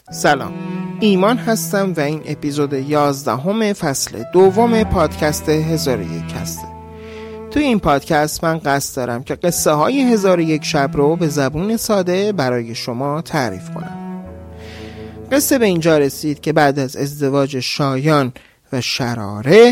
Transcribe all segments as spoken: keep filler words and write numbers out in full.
سلام، ایمان هستم و این اپیزود یازدهم فصل دوم پادکست هزار و یک هسته. توی این پادکست من قصد دارم که قصه های هزار و یک شب رو به زبون ساده برای شما تعریف کنم. قصه به اینجا رسید که بعد از ازدواج شایان و شراره،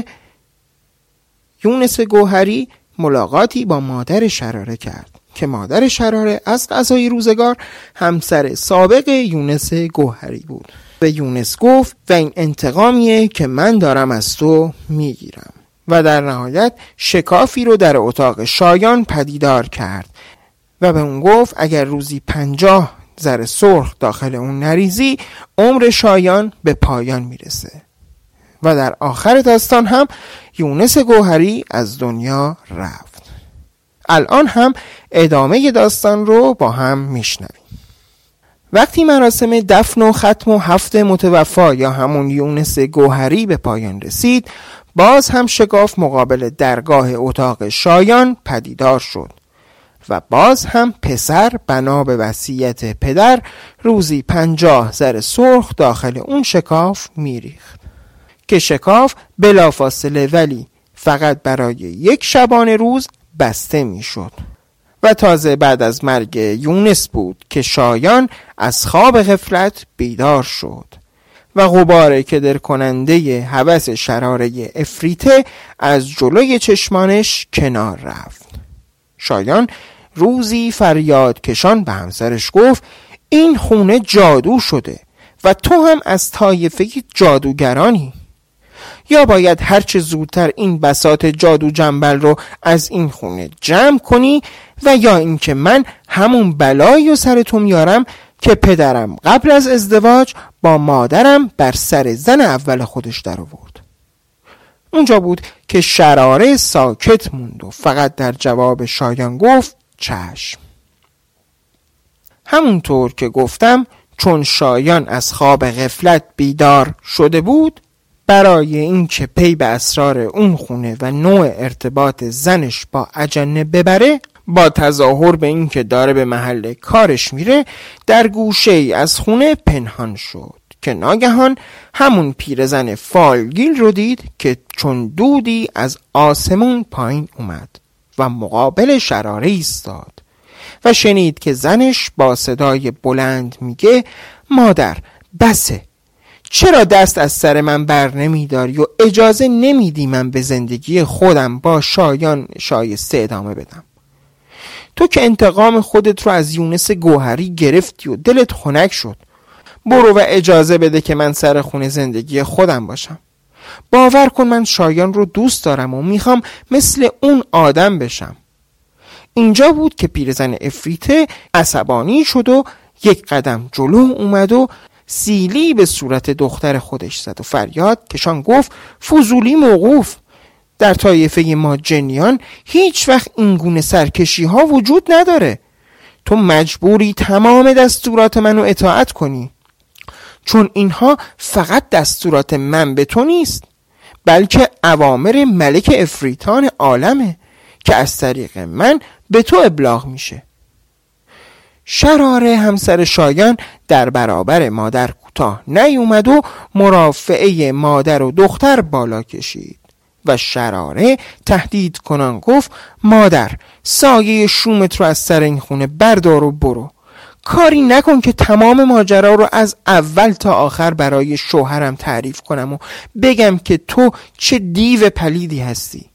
یونس گوهری ملاقاتی با مادر شراره کرد که مادر شراره از قضای روزگار همسر سابق یونس گوهری بود. به یونس گفت و این انتقامیه که من دارم از تو میگیرم، و در نهایت شکافی رو در اتاق شایان پدیدار کرد و به اون گفت اگر روزی پنجاه زر سرخ داخل اون نریزی عمر شایان به پایان میرسه. و در آخر داستان هم یونس گوهری از دنیا رفت. الان هم ادامه داستان رو با هم میشنویم. وقتی مراسم دفن و ختم و هفت متوفا یا همون یونس گوهری به پایان رسید، باز هم شکاف مقابل درگاه اتاق شایان پدیدار شد و باز هم پسر بنا به وصیت پدر روزی پنجاه زر سرخ داخل اون شکاف میریخت که شکاف بلافاصله ولی فقط برای یک شبانه روز بسته میشد. و تازه بعد از مرگ یونس بود که شایان از خواب غفلت بیدار شد و غبار کدر کننده هوس شراره افریته از جلوی چشمانش کنار رفت. شایان روزی فریاد کشان به همسرش گفت این خونه جادو شده و تو هم از طایفه جادوگرانی. یا باید هرچه زودتر این بساط جادو جنبل رو از این خونه جمع کنی و یا اینکه من همون بلایی رو سر تو میارم که پدرم قبل از ازدواج با مادرم بر سر زن اول خودش در آورد. اونجا بود که شراره ساکت موند و فقط در جواب شایان گفت چشم. همونطور که گفتم چون شایان از خواب غفلت بیدار شده بود، برای این که پی به اسرار اون خونه و نوع ارتباط زنش با اجنه ببره، با تظاهر به این که داره به محل کارش میره در گوشه ای از خونه پنهان شد که ناگهان همون پیرزن فالگیل رو دید که چون دودی از آسمون پایین اومد و مقابل شراره ایستاد و شنید که زنش با صدای بلند میگه مادر بسه، چرا دست از سر من بر نمیداری و اجازه نمیدی من به زندگی خودم با شایان شایسته ادامه بدم؟ تو که انتقام خودت رو از یونس گوهری گرفتی و دلت خنک شد، برو و اجازه بده که من سر خونه زندگی خودم باشم. باور کن من شایان رو دوست دارم و میخوام مثل اون آدم بشم. اینجا بود که پیرزن افریته عصبانی شد و یک قدم جلو اومد و سیلی به صورت دختر خودش زد و فریاد کشان گفت فضولی موقوف، در طایفه ما جنیان هیچ وقت این گونه سرکشی ها وجود نداره. تو مجبوری تمام دستورات منو اطاعت کنی، چون اینها فقط دستورات من به تو نیست بلکه اوامر ملک افریتان عالمه که از طریق من به تو ابلاغ میشه. شراره همسر شایان در برابر مادر کوتاه نیومد و مرافعه مادر و دختر بالا کشید و شراره تهدید کنان گفت مادر سایه شومت رو از سر این خونه بردار و برو. کاری نکن که تمام ماجرا رو از اول تا آخر برای شوهرم تعریف کنم و بگم که تو چه دیو پلیدی هستی.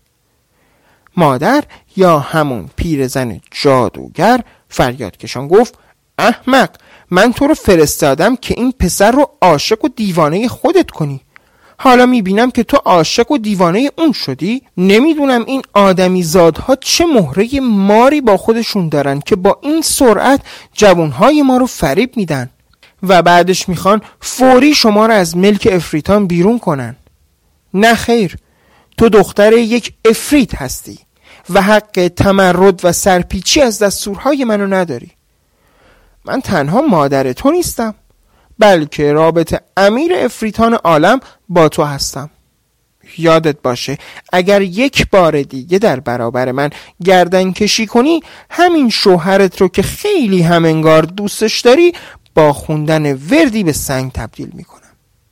مادر یا همون پیرزن جادوگر فریاد کشان گفت احمق، من تو رو فرستادم که این پسر رو عاشق و دیوانه خودت کنی. حالا میبینم که تو عاشق و دیوانه اون شدی. نمیدونم این آدمی زادها چه مهره ماری با خودشون دارن که با این سرعت جوانهای ما رو فریب میدن و بعدش میخوان فوری شما رو از ملک افریتان بیرون کنن. نه خیر، تو دختر یک افریت هستی و حق تمرد و سرپیچی از دستورهای منو نداری. من تنها مادر تو نیستم بلکه رابط امیر افریتان عالم با تو هستم. یادت باشه اگر یک بار دیگه در برابر من گردن کشی کنی، همین شوهرت رو که خیلی هم انگار دوستش داری با خوندن وردی به سنگ تبدیل میکنم.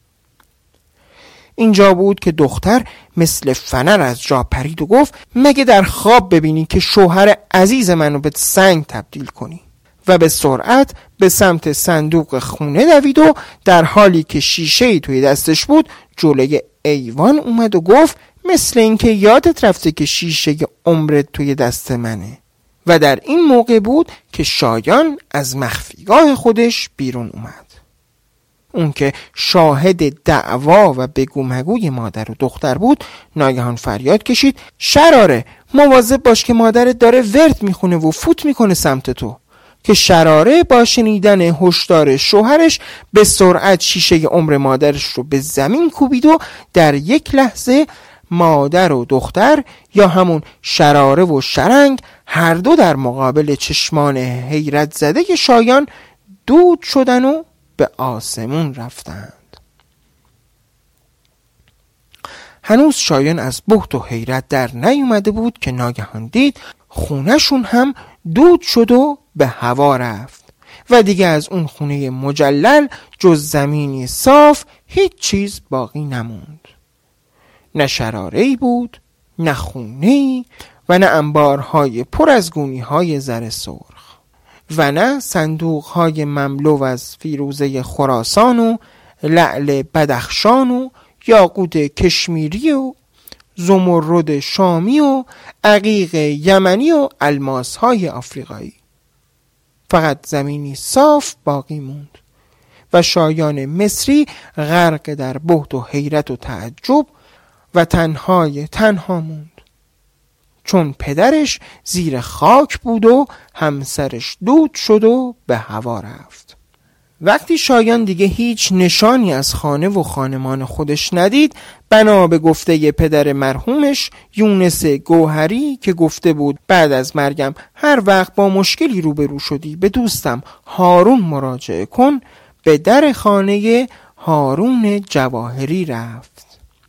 اینجا بود که دختر مثل فنر از جا پرید و گفت مگه در خواب ببینی که شوهر عزیز منو به سنگ تبدیل کنی؟ و به سرعت به سمت صندوق خونه دوید و در حالی که شیشه‌ای توی دستش بود جلوی ایوان اومد و گفت مثل اینکه یادت رفته که شیشه عمرت توی دست منه. و در این موقع بود که شایان از مخفیگاه خودش بیرون اومد. اون که شاهد دعوا و بگو مگوی مادر و دختر بود ناگهان فریاد کشید شراره مواظب باش که مادرت داره ورد میخونه و فوت میکنه سمت تو. که شراره با شنیدن هشدار شوهرش به سرعت شیشه عمر مادرش رو به زمین کوبید و در یک لحظه مادر و دختر یا همون شراره و شرنگ هر دو در مقابل چشمان حیرت زده شایان دود شدن و به آسمون رفتند. هنوز شایان از بهت و حیرت در نیومده بود که ناگهان دید خونهشون هم دود شد و به هوا رفت و دیگه از اون خونه مجلل جز زمینی صاف هیچ چیز باقی نموند. نه شراره‌ای بود، نه خونه‌ای و نه انبارهای پر از گونی‌های زر سرخ و نه صندوق‌های مملو از فیروزه خراسان و لعل بدخشان و یاقوت کشمیری و زمرد شامی و عقیق یمنی و الماس‌های آفریقایی. فقط زمینی صاف باقی موند و شایان مصری غرق در بهت و حیرت و تعجب و تنهای تنها موند، چون پدرش زیر خاک بود و همسرش دود شد و به هوا رفت. وقتی شایان دیگه هیچ نشانی از خانه و خانمان خودش ندید، بنا به گفته پدر مرحومش یونس گوهری که گفته بود بعد از مرگم هر وقت با مشکلی روبرو شدی به دوستم هارون مراجعه کن، به در خانه هارون جواهری رفت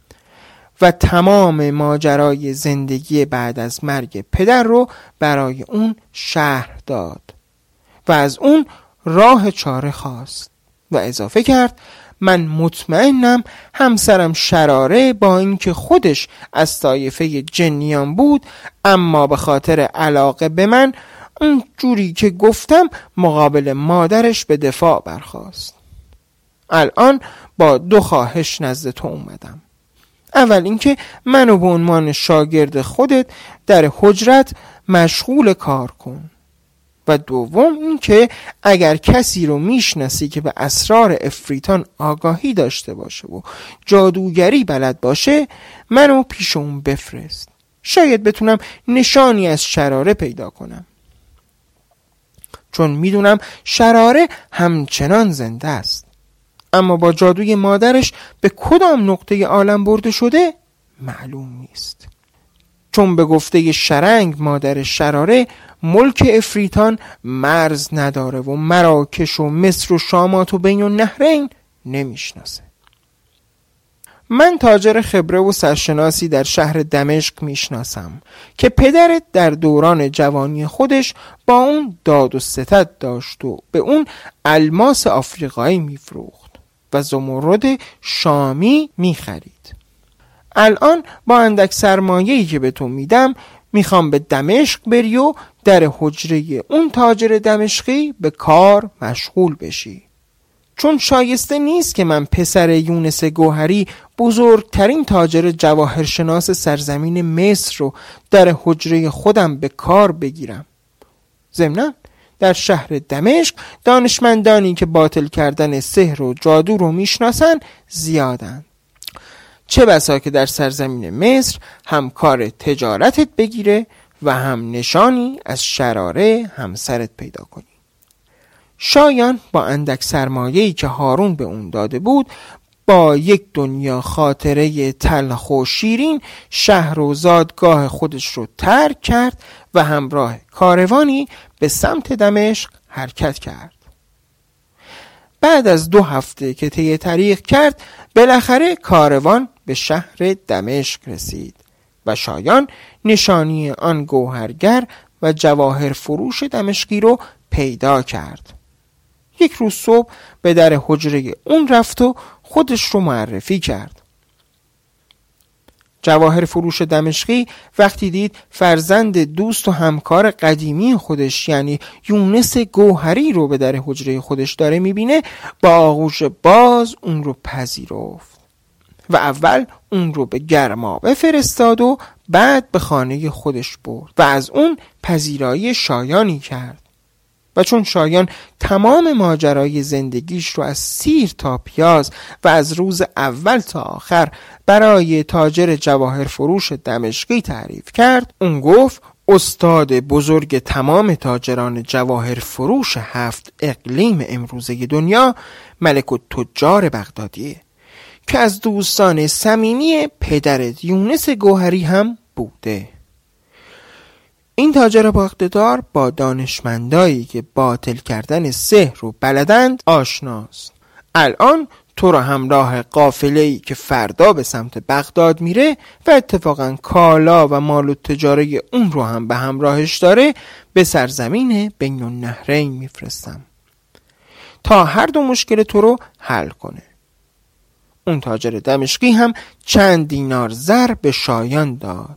و تمام ماجرای زندگی بعد از مرگ پدر رو برای اون شرح داد و از اون راه چاره خواست و اضافه کرد من مطمئنم همسرم شراره با اینکه خودش از طایفه جنیان بود اما به خاطر علاقه به من اون جوری که گفتم مقابل مادرش به دفاع برخاست. الان با دو خواهش نزد تو اومدم. اول اینکه منو به عنوان شاگرد خودت در حجرت مشغول کار کن و دوم اینکه اگر کسی رو میشناسی که به اسرار افریتان آگاهی داشته باشه و جادوگری بلد باشه منو پیش اون بفرست، شاید بتونم نشانی از شراره پیدا کنم، چون میدونم شراره همچنان زنده است اما با جادوی مادرش به کدام نقطه عالم برده شده معلوم نیست، چون به گفته شرنگ مادر شراره ملک افریتان مرز نداره و مراکش و مصر و شامات و بین النهرین نمیشناسه. من تاجر خبره و سرشناسی در شهر دمشق میشناسم که پدرت در دوران جوانی خودش با اون داد و ستد داشت و به اون الماس آفریقایی میفروخت و زمرد شامی میخرید. الان با اندک سرمایه‌ای که به تو میدم میخوام به دمشق بری و در حجره اون تاجر دمشقی به کار مشغول بشی، چون شایسته نیست که من پسر یونس گوهری بزرگترین تاجر جواهرشناس سرزمین مصر رو در حجره خودم به کار بگیرم. ضمناً در شهر دمشق دانشمندانی که باطل کردن سحر و جادو رو میشناسن زیادن، چه بسا که در سرزمین مصر هم کار تجارتت بگیره و هم نشانی از شراره همسرت پیدا کنی. شایان با اندک سرمایه‌ای که هارون به اون داده بود با یک دنیا خاطره تلخ و شیرین شهر و زادگاه خودش رو ترک کرد و همراه کاروانی به سمت دمشق حرکت کرد. بعد از دو هفته که طی طریق کرد بالاخره کاروان به شهر دمشق رسید و شایان نشانی آن گوهرگر و جواهر فروش دمشقی رو پیدا کرد یک روز صبح به در حجره اون رفت و خودش رو معرفی کرد. جواهر فروش دمشقی وقتی دید فرزند دوست و همکار قدیمی خودش یعنی یونس گوهری رو به در حجره خودش داره میبینه، با آغوش باز اون رو پذیرفت و اول اون رو به گرمابه فرستاد و بعد به خانه خودش برد و از اون پذیرایی شایانی کرد. و چون شایان تمام ماجرای زندگیش رو از سیر تا پیاز و از روز اول تا آخر برای تاجر جواهر فروش دمشقی تعریف کرد، اون گفت استاد بزرگ تمام تاجران جواهر فروش هفت اقلیم امروزه دنیا ملک التجار بغدادیه که از دوستان صمیمی پدرت یونس گوهری هم بوده. این تاجر با اقتدار با دانشمندایی که باطل کردن سحر رو بلدند آشناست. الان تو را همراه قافله‌ای که فردا به سمت بغداد میره و اتفاقا کالا و مال و تجاره اون رو هم به همراهش داره به سرزمین بین النهرین میفرستم تا هر دو مشکل تو رو حل کنه. اون تاجر دمشقی هم چند دینار زر به شایان داد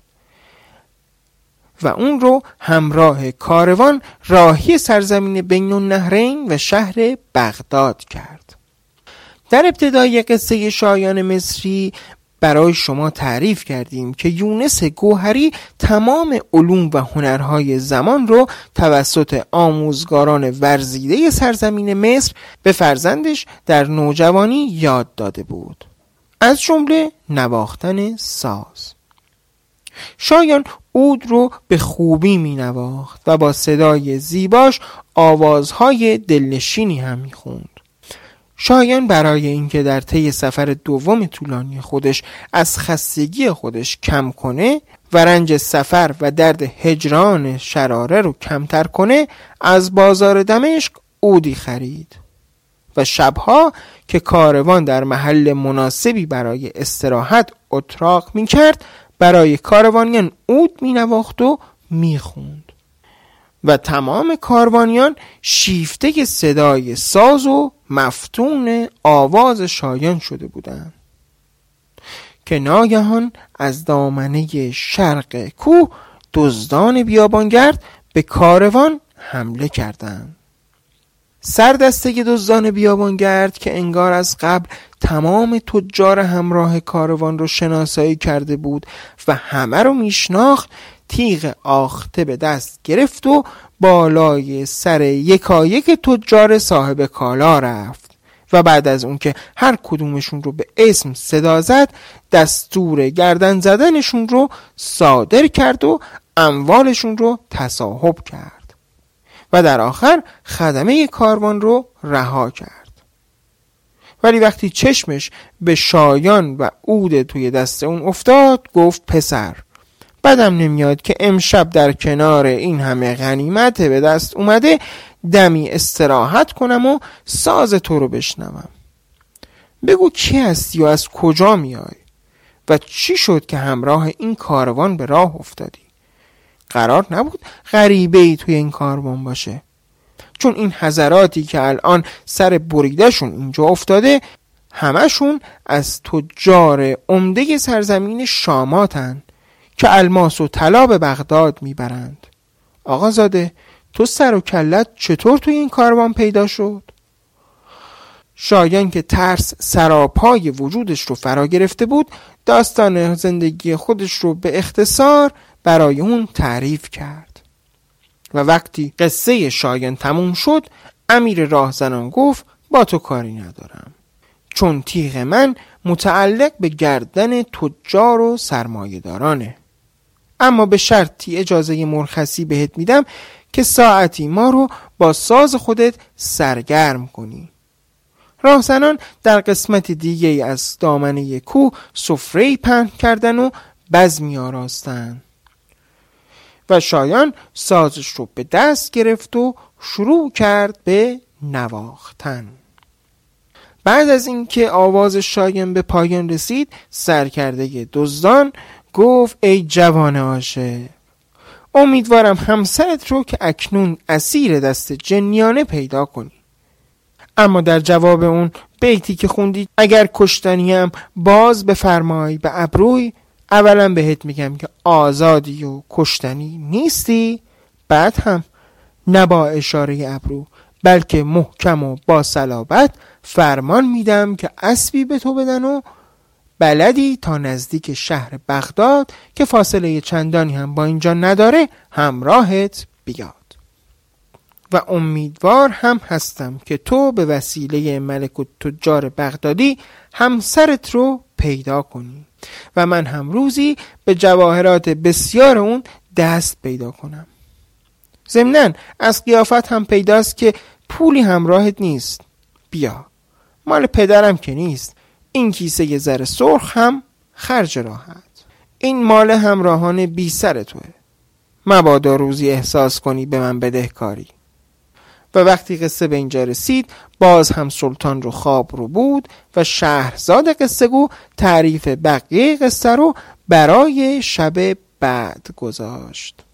و اون رو همراه کاروان راهی سرزمین بین النهرین و شهر بغداد کرد. در ابتدای قصه شایان مصری برای شما تعریف کردیم که یونس گوهری تمام علوم و هنرهای زمان رو توسط آموزگاران ورزیده سرزمین مصر به فرزندش در نوجوانی یاد داده بود، از جمله نواختن ساز. شایان عود رو به خوبی می نواخت و با صدای زیباش آوازهای دلنشینی هم می خوند. شایان برای اینکه در طی سفر دوم طولانی خودش از خستگی خودش کم کنه و رنج سفر و درد هجران شراره رو کمتر کنه، از بازار دمشق عودی خرید و شبها که کاروان در محل مناسبی برای استراحت اتراق می کرد برای کاروانیان عود می نواخت و می خوند و تمام کاروانیان شیفته صدای ساز و مفتون آواز شایان شده بودند که ناگهان از دامنه شرق کوه دزدان بیابانگرد به کاروان حمله کردند. سردسته دزدان بیابانگرد که انگار از قبل تمام تجار همراه کاروان رو شناسایی کرده بود و همه رو میشناخت، تیغ آخته به دست گرفت و بالای سر یکایک تجار صاحب کالا رفت و بعد از اون که هر کدومشون رو به اسم صدا زد، دستور گردن زدنشون رو صادر کرد و اموالشون رو تصاحب کرد و در آخر خدمه کاروان رو رها کرد. ولی وقتی چشمش به شایان و عود توی دست اون افتاد، گفت پسر، بدم نمیاد که امشب در کنار این همه غنیمت به دست اومده دمی استراحت کنم و ساز تو رو بشنوم. بگو کی هستی و از کجا میای و چی شد که همراه این کاروان به راه افتادی؟ قرار نبود غریبه ای توی این کاروان باشه، چون این حضراتی که الان سر بریدهشون اینجا افتاده همشون از تجار عمده سرزمین شاماتن که الماس و طلا به بغداد میبرند. آقا زاده، تو سر و کلت چطور توی این کاروان پیدا شد؟ شایان که ترس سراپای وجودش رو فرا گرفته بود، داستان زندگی خودش رو به اختصار برای اون تعریف کرد و وقتی قصه شایان تموم شد، امیر راهزنان گفت با تو کاری ندارم، چون تیغ من متعلق به گردن تجار و سرمایه دارانه، اما به شرطی اجازه مرخصی بهت میدم که ساعتی ما رو با ساز خودت سرگرم کنی. راهزنان در قسمت دیگه از دامنه کوه سفره‌ای پهن کردن و بزمی آراستن و شایان سازش رو به دست گرفت و شروع کرد به نواختن. بعد از اینکه آواز شایان به پایان رسید، سرکرده دزدان گفت ای جوان عاشق، امیدوارم همسرت رو که اکنون اسیر دست جنیانه پیدا کنی. اما در جواب اون بیتی که خوندی اگر کشتنیم باز بفرمای به ابروی، اولا بهت میگم که آزادی و کشتنی نیستی، بعد هم نه با اشاره ابرو بلکه محکم و با صلابت فرمان میدم که اسبی به تو بدن و بلدی تا نزدیک شهر بغداد که فاصله چندانی هم با اینجا نداره همراهت بیاد و امیدوار هم هستم که تو به وسیله ملک التجار بغدادی همسرت رو پیدا کنی و من هم روزی به جواهرات بسیار اون دست پیدا کنم. ضمناً از قیافت هم پیداست که پولی همراهت نیست. بیا، مال پدرم که نیست، این کیسه یه ذره سرخ هم خرج راحت. این مال همراهان بی سر توه، مبادا روزی احساس کنی به من بدهکاری. و وقتی قصه به اینجا رسید باز هم سلطان رو خواب رو بود و شهرزاد قصه گو تعریف بقیه قصه رو برای شب بعد گذاشت.